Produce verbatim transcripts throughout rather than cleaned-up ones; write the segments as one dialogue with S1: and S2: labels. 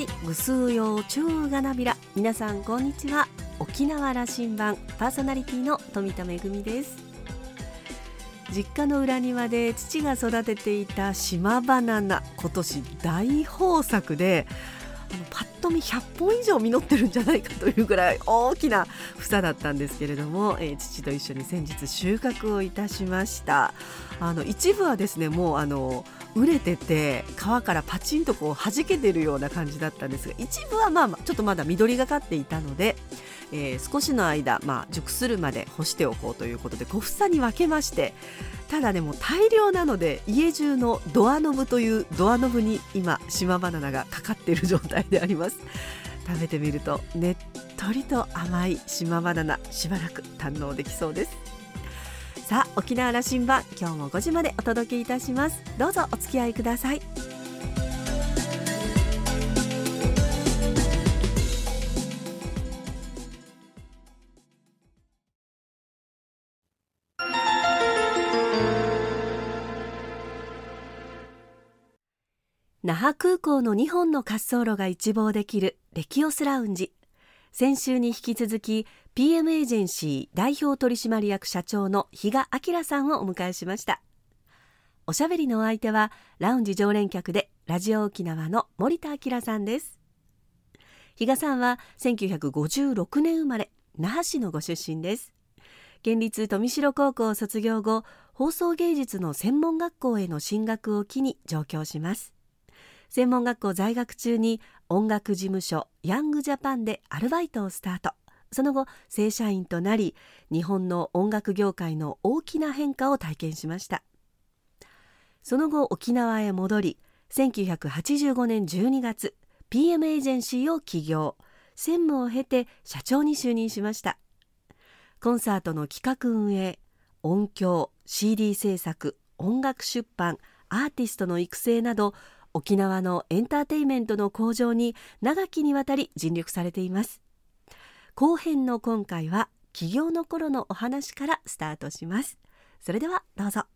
S1: いぐすうようちゅうがなびら。皆さんこんにちは。沖縄羅針盤パーソナリティの富田恵です。実家の裏庭で父が育てていた島バナナ、今年大豊作で、あのパッと見ひゃっぽん以上実ってるんじゃないかというぐらい大きな房だったんですけれども、えー、父と一緒に先日収穫をいたしました。あの一部はですね、もうあの熟れてて皮からパチンとこう弾けてるような感じだったんですが、一部はまあちょっとまだ緑がかっていたので、えー、少しの間、まあ、熟するまで干しておこうということでご房に分けまして、ただでも大量なので家中のドアノブというドアノブに今島バナナがかかっている状態であります。食べてみるとねっとりと甘い島バナナ、しばらく堪能できそうです。さあ、沖縄羅針盤、今日もごじまでお届けいたします。どうぞお付き合いください。那覇空港のにほんの滑走路が一望できるレキオスラウンジ。先週に引き続き ピーエム エージェンシー代表取締役社長の比嘉明さんをお迎えしました。おしゃべりのお相手はラウンジ常連客でラジオ沖縄の森田明さんです。比嘉さんはせんきゅうひゃくごじゅうろくねん生まれ、那覇市のご出身です。県立富城高校を卒業後、放送芸術の専門学校への進学を機に上京します。専門学校在学中に音楽事務所ヤングジャパンでアルバイトをスタート。その後正社員となり、日本の音楽業界の大きな変化を体験しました。その後沖縄へ戻り、せんきゅうひゃくはちじゅうごねんじゅうにがつ ピーエム エージェンシーを起業、専務を経て社長に就任しました。コンサートの企画運営、音響、シーディー 制作、音楽出版、アーティストの育成など、沖縄のエンターテインメントの向上に長きにわたり尽力されています。後編の今回は起業の頃のお話からスタートします。それではどうぞ。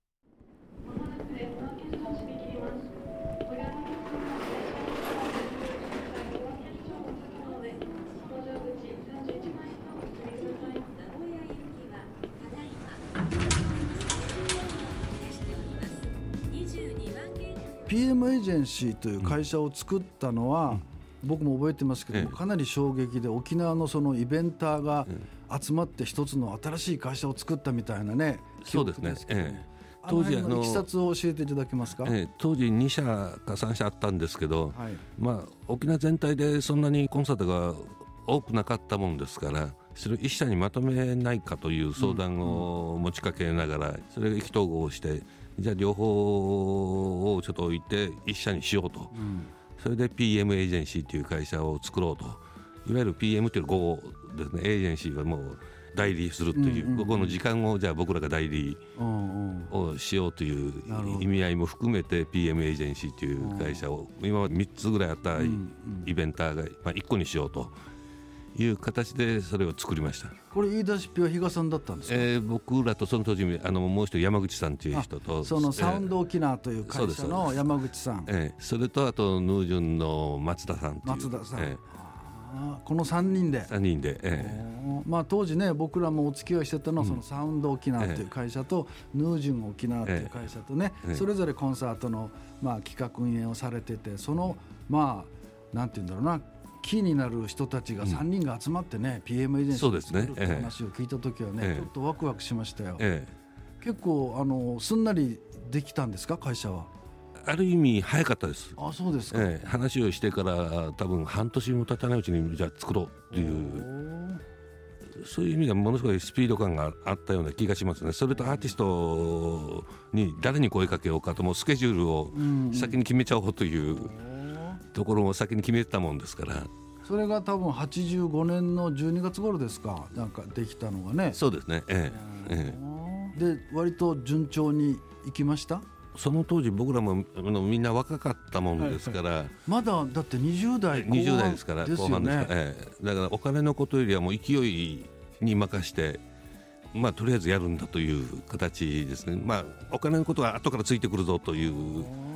S2: ピーエム エージェンシーという会社を作ったのは、うん、僕も覚えてますけど、ええ、かなり衝撃で、沖縄のそのイベンターが集まって一つの新しい会社を作ったみたいなね、
S3: そうですね、ええ、
S2: 当時のいきさつを教えていただけますか。
S3: ええ、当時に社かさん社あったんですけど、はい、まあ、沖縄全体でそんなにコンサートが多くなかったもんですから、それを一社にまとめないかという相談を持ちかけながら、それが意気投合して、じゃあ両方をちょっと置いて一社にしようと、うん、それで ピーエム エージェンシーという会社を作ろうと。いわゆる ピーエム という語ですね、エージェンシーはもう代理するという、うんうんうん、ここの時間をじゃあ僕らが代理をしようという意味合いも含めて ピーエム エージェンシーという会社を今までみっつぐらいあったイベンターがまあいっこにしようという形でそれを作りました。
S2: これ言い出しっぺは比嘉さんだったんですか。
S3: えー、僕らとその当時あのもう一人山口さんという人と、
S2: そのサウンド沖縄という会社の山口さん、
S3: えー、それとあとヌージュンの松田さんという
S2: 松田さん、えー、あこのさんにんで
S3: さんにんで、え
S2: ーまあ、当時ね僕らもお付き合いしてたのは、うん、そのサウンド沖縄という会社と、えー、ヌージュン沖縄という会社とね、えー、それぞれコンサートの、まあ、企画運営をされてて、そのまあなんていうんだろうな、キーになる人たちがさんにんが集まってね、うん、ピーエム エージェンシーを作るって話を聞いたときはね、ええ、ちょっとワクワクしましたよ、ええ、結構あのすんなりできたんですか、会社は。
S3: ある意味早かったです。
S2: あ、そうですか、
S3: ええ、話をしてから多分半年も経たないうちにじゃあ作ろうという、そういう意味ではものすごいスピード感があったような気がしますね。それとアーティストに誰に声かけようかと、もうスケジュールを先に決めちゃおうというところを先に決めてたもんですから。
S2: それが多分はちじゅうごねんのじゅうにがつ頃ですか、なんかできたのがね。
S3: そうですね、ええ
S2: ええ、で割と順調にいきました。
S3: その当時僕らもみんな若かったもんですから、はいはい、
S2: まだだってにじゅうだい
S3: にじゅう代ですから、後半ですから、ええ、だからお金のことよりはもう勢いに任して、まあ、とりあえずやるんだという形ですね。まあ、お金のことは後からついてくるぞという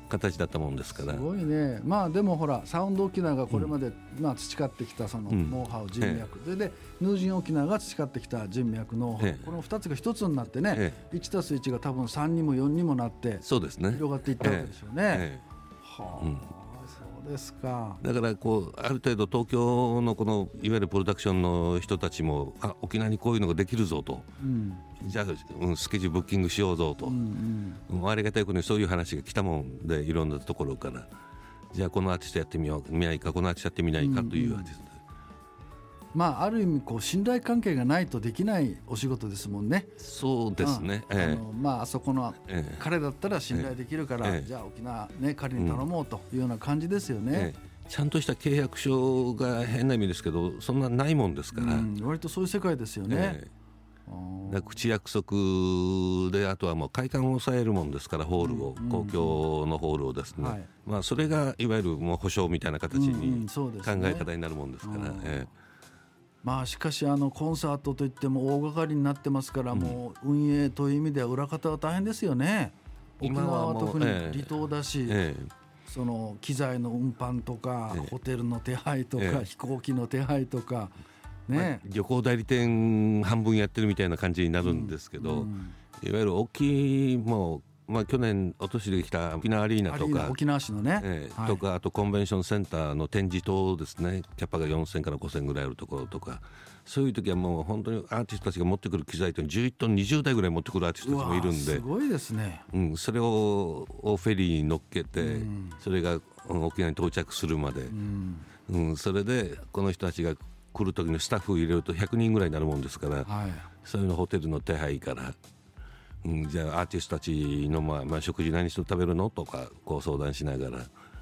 S3: 形だったもんですから。
S2: すごいね。まあでもほらサウンド沖縄がこれまで、うんまあ、培ってきたそのノウハウ、うん、人脈、ええ、でヌージン沖縄が培ってきた人脈ノウハウ、ええ、このふたつがひとつになってね、ええ、いちたすいちが多分さんにもよんにもなって
S3: そうですね、
S2: 広がっていったわけでしょうね、ええはあ、
S3: うん
S2: そうですか。
S3: だからこうある程度東京のこのいわゆるプロダクションの人たちもあ沖縄にこういうのができるぞと、うん、じゃあ、うん、スケジュールブッキングしようぞと、うんうん、ありがたいことにそういう話が来たもんでいろんなところからじゃあこのアーティストやってみよう見ないかこのアーティストやってみないかというアーティスト、うんうん
S2: まあ、ある意味こう信頼関係がないとできないお仕事ですもんね。
S3: そうですね、
S2: うんええ、あのまあ、あそこの彼だったら信頼できるから、
S3: ええ、
S2: じゃあ沖縄、ね、彼に頼もうというような感じですよね、え
S3: え、ちゃんとした契約書が変な意味ですけどそんなないもんですから、うん、
S2: 割とそういう世界ですよね、え
S3: え、口約束であとはもう会館を抑えるもんですからホールを、うんうん、公共のホールをですね、はいまあ、それがいわゆるもう保証みたいな形に考え方になるもんですから、うんうんええ
S2: まあ、しかしあのコンサートといっても大掛かりになってますから、うん、もう運営という意味では裏方は大変ですよね。沖縄は特に離島だし、ええ、その機材の運搬とか、ええ、ホテルの手配とか、ええ、飛行機の手配とか、ね
S3: まあ、旅行代理店半分やってるみたいな感じになるんですけど、うんうん、いわゆる大きいもうまあ、去年お年できた沖縄アリーナとか
S2: 沖縄市のね、
S3: えーはい、とかあとコンベンションセンターの展示棟ですねキャパがよんせんからごせんぐらいあるところとかそういう時はもう本当にアーティストたちが持ってくる機材とじゅういちトンにじゅうだいぐらい持ってくるアーティストたちもいるんです
S2: ごいですね、
S3: うん、それをフェリーに乗っけて、うん、それが沖縄に到着するまで、うんうん、それでこの人たちが来る時にスタッフを入れるとひゃくにんぐらいになるもんですから、はい、そういうのホテルの手配からうん、じゃあアーティストたちの、まあまあ、食事何して食べるのとかこう相談しながら、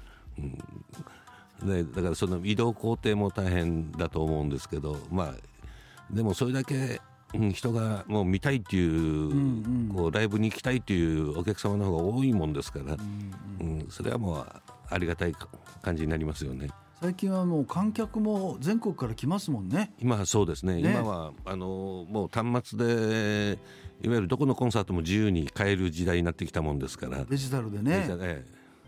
S3: うん、でだからその移動工程も大変だと思うんですけど、まあ、でもそれだけ、うん、人がもう見たいっていう、うんうん、こうライブに行きたいっていうお客様の方が多いもんですから、うんうんうん、それはもうありがたい感じになりますよね。
S2: 最近はもう観客も全国から来ますもんね。
S3: 今はそうですね、ね今はあのもう端末でいわゆるどこのコンサートも自由に買える時代になってきたもんですから
S2: デジタルでね。
S3: ね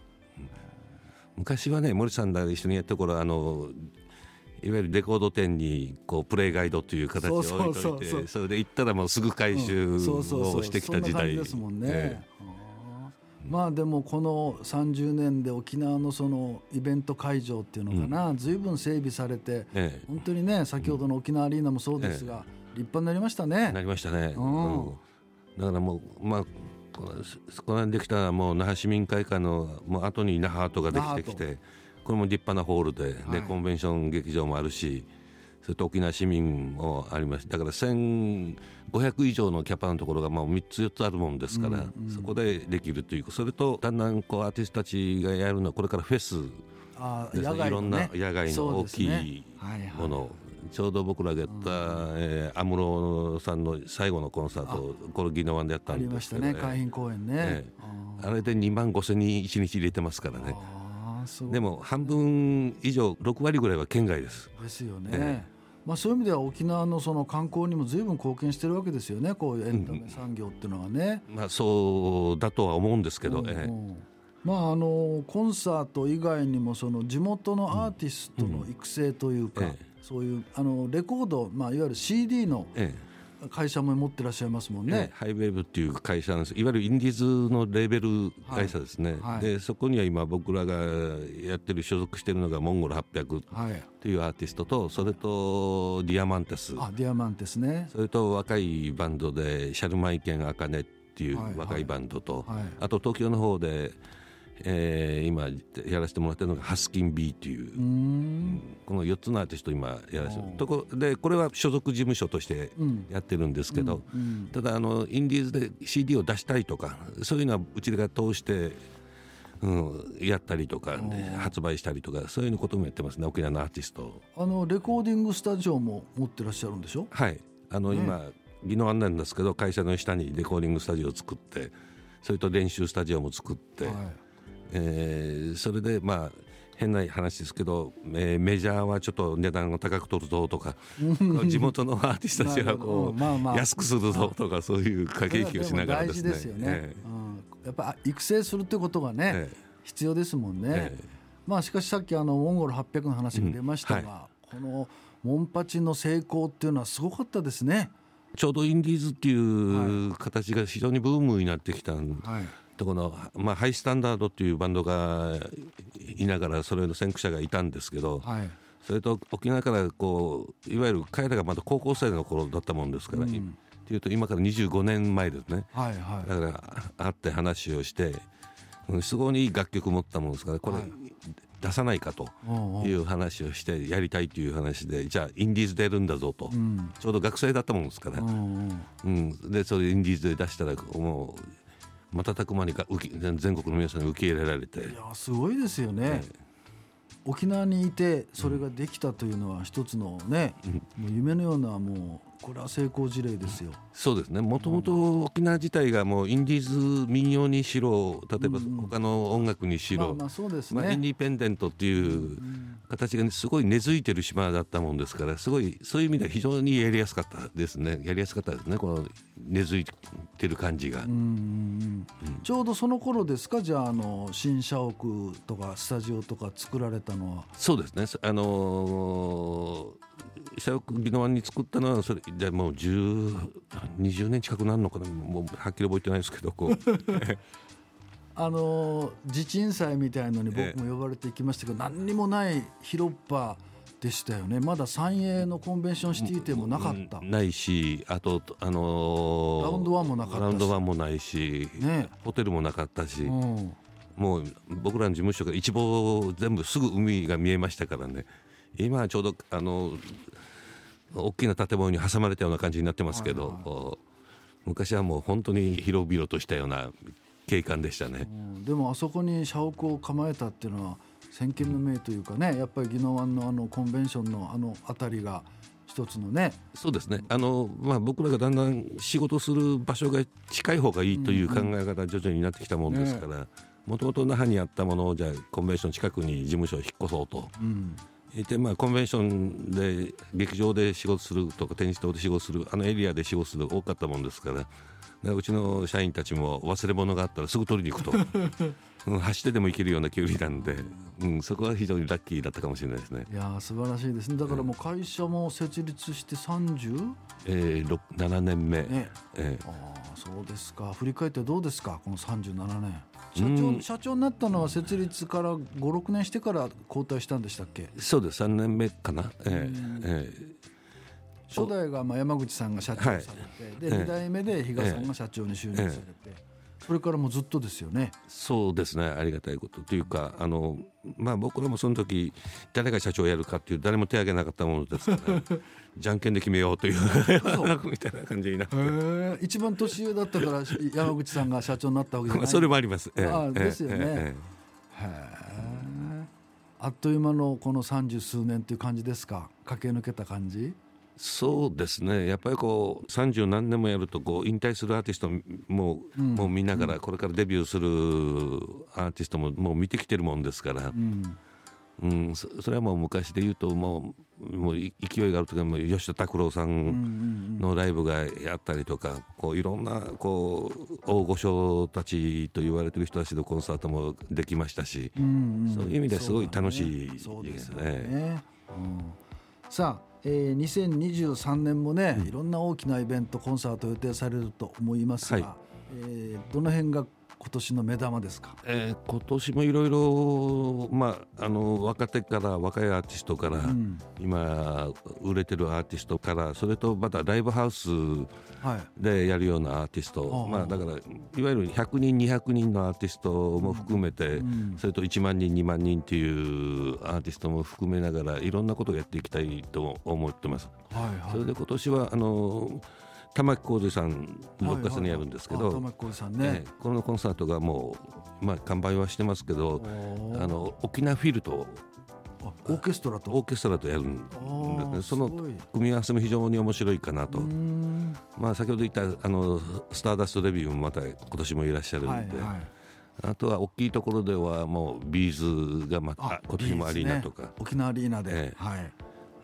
S3: 昔はね森さんが一緒にやった頃あのいわゆるレコード店にこうプレイガイドという形を置いといてそうそうそうそうそれで行ったらもうすぐ回収をしてきた時代
S2: ですもんね、ええまあでもこのさんじゅうねんで沖縄のそのイベント会場っていうのかな、うん、随分整備されて、ええ、本当にね先ほどの沖縄アリーナもそうですが、ええ、立派になりましたね。
S3: なりましたね、うんうん、だからもうまあそこら辺できたもう那覇市民会館のもう後に那覇アートができてきてこれも立派なホールで、はい、でコンベンション劇場もあるしそれと沖縄市民もあります。だからせんごひゃく以上のキャパのところがまあみっつよっつあるもんですから、うんうん、そこでできるというそれとだんだんこうアーティストたちがやるのはこれからフェス
S2: あ
S3: です、ね、
S2: 野外のね、
S3: いろんな野外の大きいもの、ねはいはい、ちょうど僕らがやった安室、うんえー、さんの最後のコンサートこれ宜野湾でやったんですけど、ね、
S2: ありましたね海浜公園ね、え
S3: ー、あ, あれでにまんごせんにんいちにち入れてますからね。でも半分以上ろくわりぐらいは県外です
S2: ですよね、えーまあ、そういう意味では沖縄 の, その観光にも随分貢献してるわけですよねこういうエンタメ産業っていうのはね、
S3: うんまあ、そうだとは思うんですけど、
S2: うんうんええまあ、あのコンサート以外にもその地元のアーティストの育成というか、うんうんええ、そういうあのレコード、まあ、いわゆる シーディー の会社も持ってらっしゃいますもんね、
S3: ええ、ハイウェーブっていう会社なんです。いわゆるインディーズのレーベル会社ですね、はいはい、でそこには今僕らがやってる所属しているのがモンゴルはっぴゃくというアーティストとそれとディアマンテス
S2: あディアマンテスね
S3: それと若いバンドでシャルマイケンアカネっていう若いバンドと、はいはい、あと東京の方でえー、今やらせてもらってるのがハスキン B という、うーんこのよっつのアーティスト今やらせてるとこでこれは所属事務所としてやってるんですけど、うんうんうん、ただあのインディーズで シーディー を出したいとかそういうのはうちが通して、うん、やったりとか発売したりとかそういうこともやってますね沖縄のアーティスト。
S2: あのレコーディングスタジオも持ってらっしゃるんでしょ。
S3: はいあの、ね、今宜野湾なんですけど会社の下にレコーディングスタジオを作ってそれと練習スタジオも作って、はいえー、それでまあ変な話ですけど、えー、メジャーはちょっと値段を高く取るぞとか地元のアーティストたちはこう、まあまあ、安くするぞとかそういう駆け引きをしながらですね。
S2: 大事ですよね、えーうん、やっぱ育成するってことがね、えー必要ですもんね、えーまあ、しかしさっきあのモンゴルはっぴゃくの話が出ましたが、うんはい、このモンパチの成功っていうのはすごかったですね。
S3: ちょうどインディーズっていう形が非常にブームになってきた、はい、とこの、まあ、ハイスタンダードっていうバンドがいながらそれの先駆者がいたんですけど、はい、それと沖縄からこういわゆる彼らがまだ高校生の頃だったもんですから、うん、っていうと今からにじゅうごねんまえですね、はいはい、だから会って話をしてすごいいい楽曲持ったもんですからこれ、はい出さないかという話をしてやりたいという話でじゃあインディーズでやるんだぞと、うん、ちょうど学生だったもんですから、うんうん、でそれインディーズで出したらもう瞬く間にか受け全国の皆さんに受け入れられていや
S2: すごいですよね、はい、沖縄にいてそれができたというのは一つのね、うん、もう夢のようなもうこれは成功事例ですよ。
S3: そうですね。もともと沖縄自体がもうインディーズ民謡にしろ例えば他の音楽にしろ、
S2: まあまあそうですね、
S3: まあ、インディペンデントっていう形がすごい根付いてる島だったもんですからすごいそういう意味では非常にやりやすかったですね。やりやすかったですねこの根付いてる感じが。うん、うん、
S2: ちょうどその頃ですか。じゃあ、あの新社屋とかスタジオとか作られたのは。
S3: そうですね。あのー社屋宜野湾に作ったのはそれでもうじゅう、にじゅうねん近くなるのかなもうはっきり覚えてないですけどこう
S2: あの地鎮祭みたいのに僕も呼ばれていきましたけど、ええ、何にもない広っ端でしたよね。まだ三栄のコンベンションシティ店もなかった、
S3: うん、ないしあと、あのー、
S2: ラウンドワンもなかったし
S3: ラウンドワンもないし、ね、ホテルもなかったし、うん、もう僕らの事務所から一望全部すぐ海が見えましたからね。今はちょうどあの大きな建物に挟まれたような感じになってますけど、はいはい、昔はもう本当に広々としたような景観でしたね、
S2: うん、でもあそこに社屋を構えたっていうのは先見の明というかね、やっぱり宜野湾のあのコンベンションのあの辺りが一つのね。
S3: そうですね。あの、まあ、僕らがだんだん仕事する場所が近い方がいいという考え方が徐々になってきたものですから、もともと那覇にあったものをじゃあコンベンション近くに事務所を引っ越そうと、うんでまあ、コンベンションで劇場で仕事するとかテニス場で仕事するあのエリアで仕事する多かったもんですから、からうちの社員たちも忘れ物があったらすぐ取りに行くと、うん、走ってでも行けるような距離なんで、うん、そこは非常にラッキーだったかもしれないですね。
S2: いや素晴らしいですね。だからもう会社も設立してさんじゅう、
S3: えー、ななねんめ、ね
S2: えー、あそうですか。振り返ってどうですかこのさんじゅうななねん。社長、うん、社長になったのは設立からご、ろくねんしてから交代したんでしたっけ。
S3: そうですさんねんめかな、えーえー、
S2: 初代がまあ山口さんが社長されて、はい、でにだいめで比嘉さんが社長に就任されて、えー、それからもうずっとですよね。
S3: そうですねありがたいことというかあの、まあ、僕らもその時誰が社長をやるかっていう誰も手を挙げなかったものですからじゃんけんで決めようというみたいな感じになって
S2: 一番年上だったから山口さんが社長になったわけじゃない
S3: それもあります、
S2: えー、あですよね、えーえー、へあっという間のこの三十数年という感じですか。駆け抜けた感じ。
S3: そうですねやっぱりこう三十何年もやるとこう引退するアーティストも、うん、もう見ながらこれからデビューするアーティストももう見てきてるもんですから、うんうん、そ, それはもう昔で言うともう、もう勢いがあるときはもう吉田拓郎さんのライブがやったりとか、こういろんなこう大御所たちと言われてる人たちのコンサートもできましたし、うんうん、そういう意味ですごい楽しいですね。
S2: さあえー、にせんにじゅうさんねんもね、うん、いろんな大きなイベントコンサート予定されると思いますが、はいえー、どの辺が今年の目玉ですか。
S3: えー、今年もいろいろ、まあ、あの若手から若いアーティストから、うん、今売れてるアーティストからそれとまたライブハウスでやるようなアーティスト、はいまあ、だからいわゆるひゃくにんにひゃくにんのアーティストも含めて、うん、それといちまんにんにまんにんっていうアーティストも含めながらいろんなことをやっていきたいと思ってます、はいはい、それで今年はあの玉置浩二さんろくがつにやるんですけど、
S2: 玉置浩二さんね、
S3: えー、このコンサートがもう、まあ、完売はしてますけどあの沖縄フィルと
S2: オーケストラと
S3: オーケストラとやるんで、その組み合わせも非常に面白いかなと。まあ、先ほど言ったあのスターダストレビューもまた今年もいらっしゃるんで、はいはい、あとは大きいところではもうビーズがまた今年もアリーナとか、
S2: ね、沖縄アリーナで、えー
S3: はい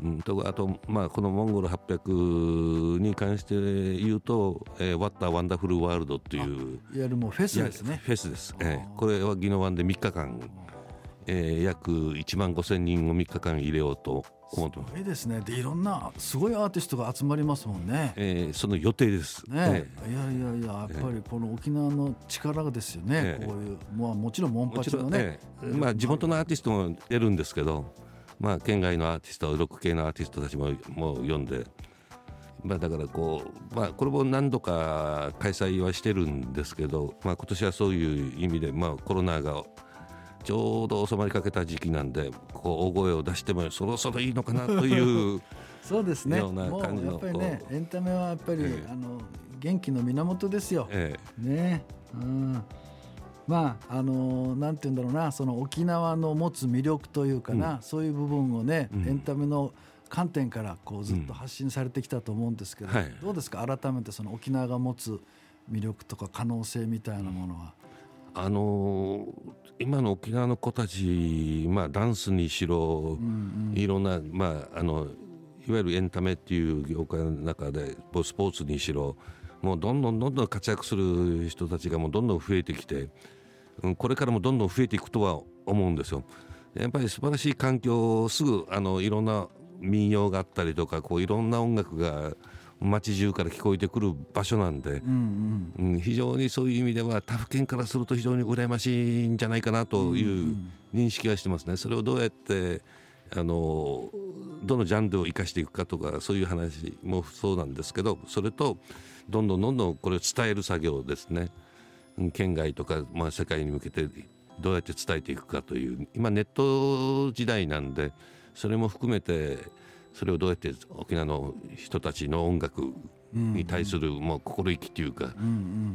S3: うん、とあと、まあ、このモンゴルはっぴゃくに関して言うと、えー、What a Wonderful World という
S2: いわゆるもうフェスですね。
S3: フェスです、えー、これは宜野湾でみっかかん、えー、約いちまんごせんにんをみっかかん入れようと思ってます。
S2: すごいですね。でいろんなすごいアーティストが集まりますもんね、
S3: えー、その予定です、
S2: ねえー、いやいやいややっぱりこの沖縄の力ですよね、えー、こういう、まあ、もちろんモンパチのね、
S3: えーまあ、地元のアーティストも出るんですけど、まあ、県外のアーティストロック系のアーティストたちももう呼んで、まあ、だからこう、まあ、これも何度か開催はしてるんですけど、まあ、今年はそういう意味で、まあ、コロナがちょうど収まりかけた時期なんで、こう大声を出してもそろそろいいのかなという
S2: そうですね、
S3: ような感じの
S2: もうやっぱりね、エンタメはやっぱり、えー、あの元気の源ですよ、
S3: えー、
S2: ね、うん、まああのなんていうんだろうな、その沖縄の持つ魅力というかな、うん、そういう部分をね、うん、エンタメの観点からこうずっと発信されてきたと思うんですけど、うん、はい、どうですか、改めてその沖縄が持つ魅力とか可能性みたいなものは。
S3: あのー、今の沖縄の子たち、まあ、ダンスにしろ、うんうん、いろんな、まあ、あのいわゆるエンタメっていう業界の中でスポーツにしろ、もうどんどんどんどん活躍する人たちがもうどんどん増えてきて、うん、これからもどんどん増えていくとは思うんですよ。やっぱり素晴らしい環境、すぐあのいろんな民謡があったりとか、こういろんな音楽が街中から聞こえてくる場所なんで、うんうんうん、非常にそういう意味では他府県からすると非常に羨ましいんじゃないかなという認識はしてますね。それをどうやってあのどのジャンルを生かしていくかとか、そういう話もそうなんですけど、それとどんどんどんどんこれを伝える作業ですね。県外とか、まあ、世界に向けてどうやって伝えていくかという、今ネット時代なんで、それも含めてそれをどうやって沖縄の人たちの音楽に対するもう心意気というか、うんうん、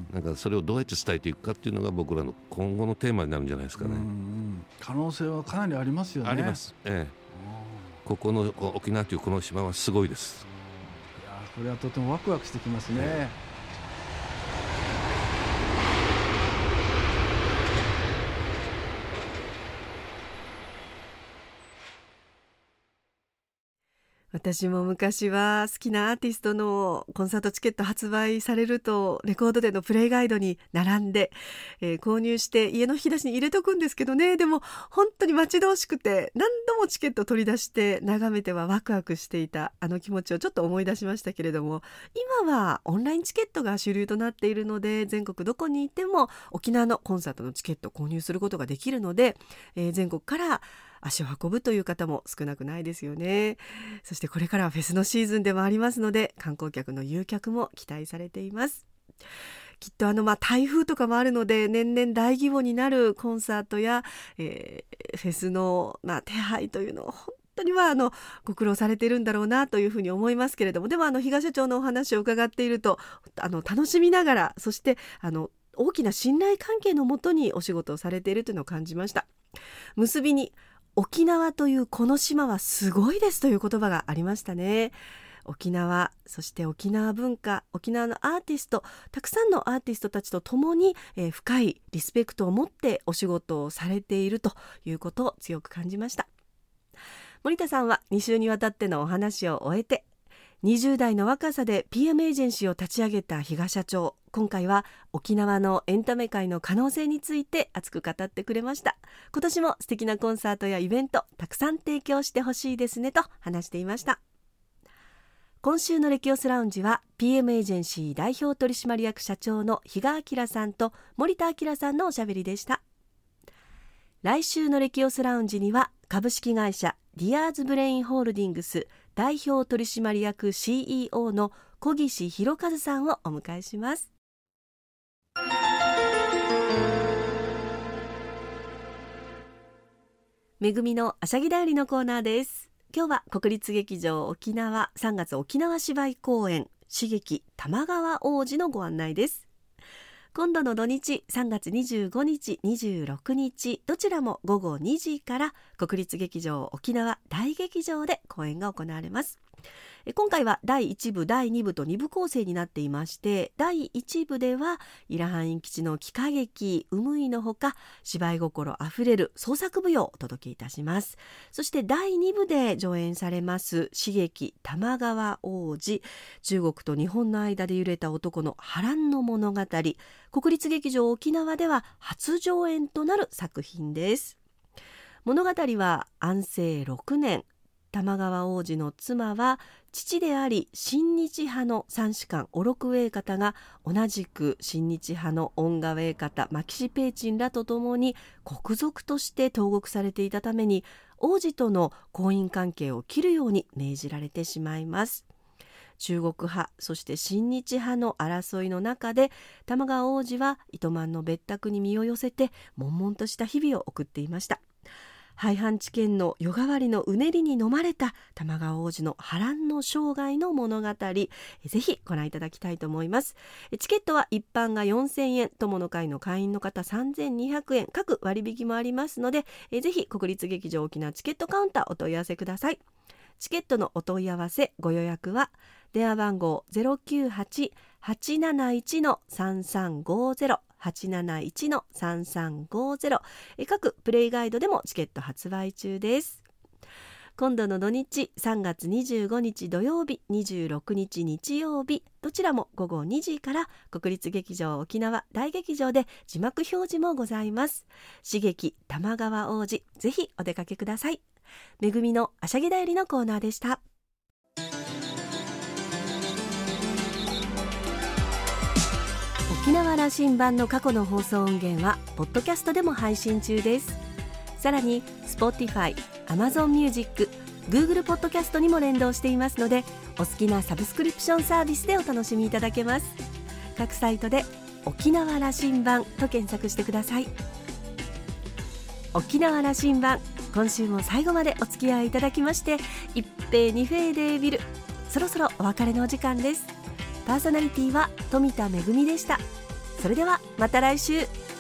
S3: なんかそれをどうやって伝えていくかっていうのが僕らの今後のテーマになるんじゃないですかね。うんうん、
S2: 可能性はかなりありますよね。
S3: あります、ええ、ここの沖縄というこの島はすごいです。
S2: いや、これはとてもワクワクしてきますね、ええ。
S1: 私も昔は好きなアーティストのコンサートチケット発売されるとレコードでのプレイガイドに並んで、えー、購入して家の引き出しに入れとくんですけどね、でも本当に待ち遠しくて何度もチケット取り出して眺めてはワクワクしていたあの気持ちをちょっと思い出しましたけれども、今はオンラインチケットが主流となっているので、全国どこにいても沖縄のコンサートのチケットを購入することができるので、えー、全国から足を運ぶという方も少なくないですよね。そしてこれからはフェスのシーズンでもありますので、観光客の誘客も期待されています。きっとあのまあ台風とかもあるので、年々大規模になるコンサートや、えー、フェスのまあ手配というのを本当にはあのご苦労されているんだろうなというふうに思いますけれども、でもあの比嘉社長のお話を伺っていると、あの楽しみながら、そしてあの大きな信頼関係のもとにお仕事をされているというのを感じました。結びに沖縄というこの島はすごいですという言葉がありましたね。沖縄、そして沖縄文化、沖縄のアーティスト、たくさんのアーティストたちと共に、えー、深いリスペクトを持ってお仕事をされているということを強く感じました。森田さんはに週にわたってのお話を終えて、にじゅう代の若さで ピーエム エージェンシーを立ち上げた比嘉社長、今回は沖縄のエンタメ界の可能性について熱く語ってくれました。今年も素敵なコンサートやイベントたくさん提供してほしいですねと話していました。今週のレキオスラウンジは ピーエム エージェンシー代表取締役社長の比嘉明さんと森田明さんのおしゃべりでした。来週のレキオスラウンジには株式会社ディアーズブレインホールディングス代表取締役 シーイーオー の小岸博一さんをお迎えします。めぐみのあしゃぎだよりのコーナーです。今日は国立劇場沖縄さんがつ沖縄芝居公演刺激玉川王子のご案内です。今度の土日さんがつにじゅうごにちにじゅうろくにちどちらもごごにじから国立劇場沖縄大劇場で公演が行われます。 今回はだいいち部だいに部とに部構成になっていまして、だいいち部ではイラハンイン吉の喜歌劇ウムイのほか、芝居心あふれる創作舞踊をお届けいたします。そしてだいに部で上演されます詩劇玉川王子、中国と日本の間で揺れた男の波乱の物語、国立劇場沖縄では初上演となる作品です。物語は安政ろくねん、玉川王子の妻は父であり親日派の三士官お六栄方が同じく親日派の恩賀栄方マキシペーチンらとともに国賊として投獄されていたために、王子との婚姻関係を切るように命じられてしまいます。中国派そして親日派の争いの中で、玉川王子は糸満の別宅に身を寄せて悶々とした日々を送っていました。廃藩置県の夜変わりのうねりに飲まれた玉川王子の波乱の生涯の物語、ぜひご覧いただきたいと思います。チケットは一般がよんせんえん、友の会の会員の方さんぜんにひゃくえん、各割引もありますので、ぜひ国立劇場沖縄チケットカウンターお問い合わせください。チケットのお問い合わせご予約は電話番号 ゼロきゅうはち はちなないち さんさんごゼロ はちなないち さんさんごゼロ、各プレイガイドでもチケット発売中です。今度の土日さんがつにじゅうごにち土曜日、にじゅうろくにち日曜日、どちらもごごにじから国立劇場沖縄大劇場で字幕表示もございます。詩劇玉川王子、ぜひお出かけください。めぐみのあしゃぎだよりのコーナーでした。沖縄羅針盤の過去の放送音源はポッドキャストでも配信中です。さらに Spotify、Amazon Music、Google ポッドキャストにも連動していますので、お好きなサブスクリプションサービスでお楽しみいただけます。各サイトで沖縄羅針盤と検索してください。沖縄羅針盤、今週も最後までお付き合いいただきまして一平二平デービル、そろそろお別れのお時間です。パーソナリティは富田恵でした。それではまた来週。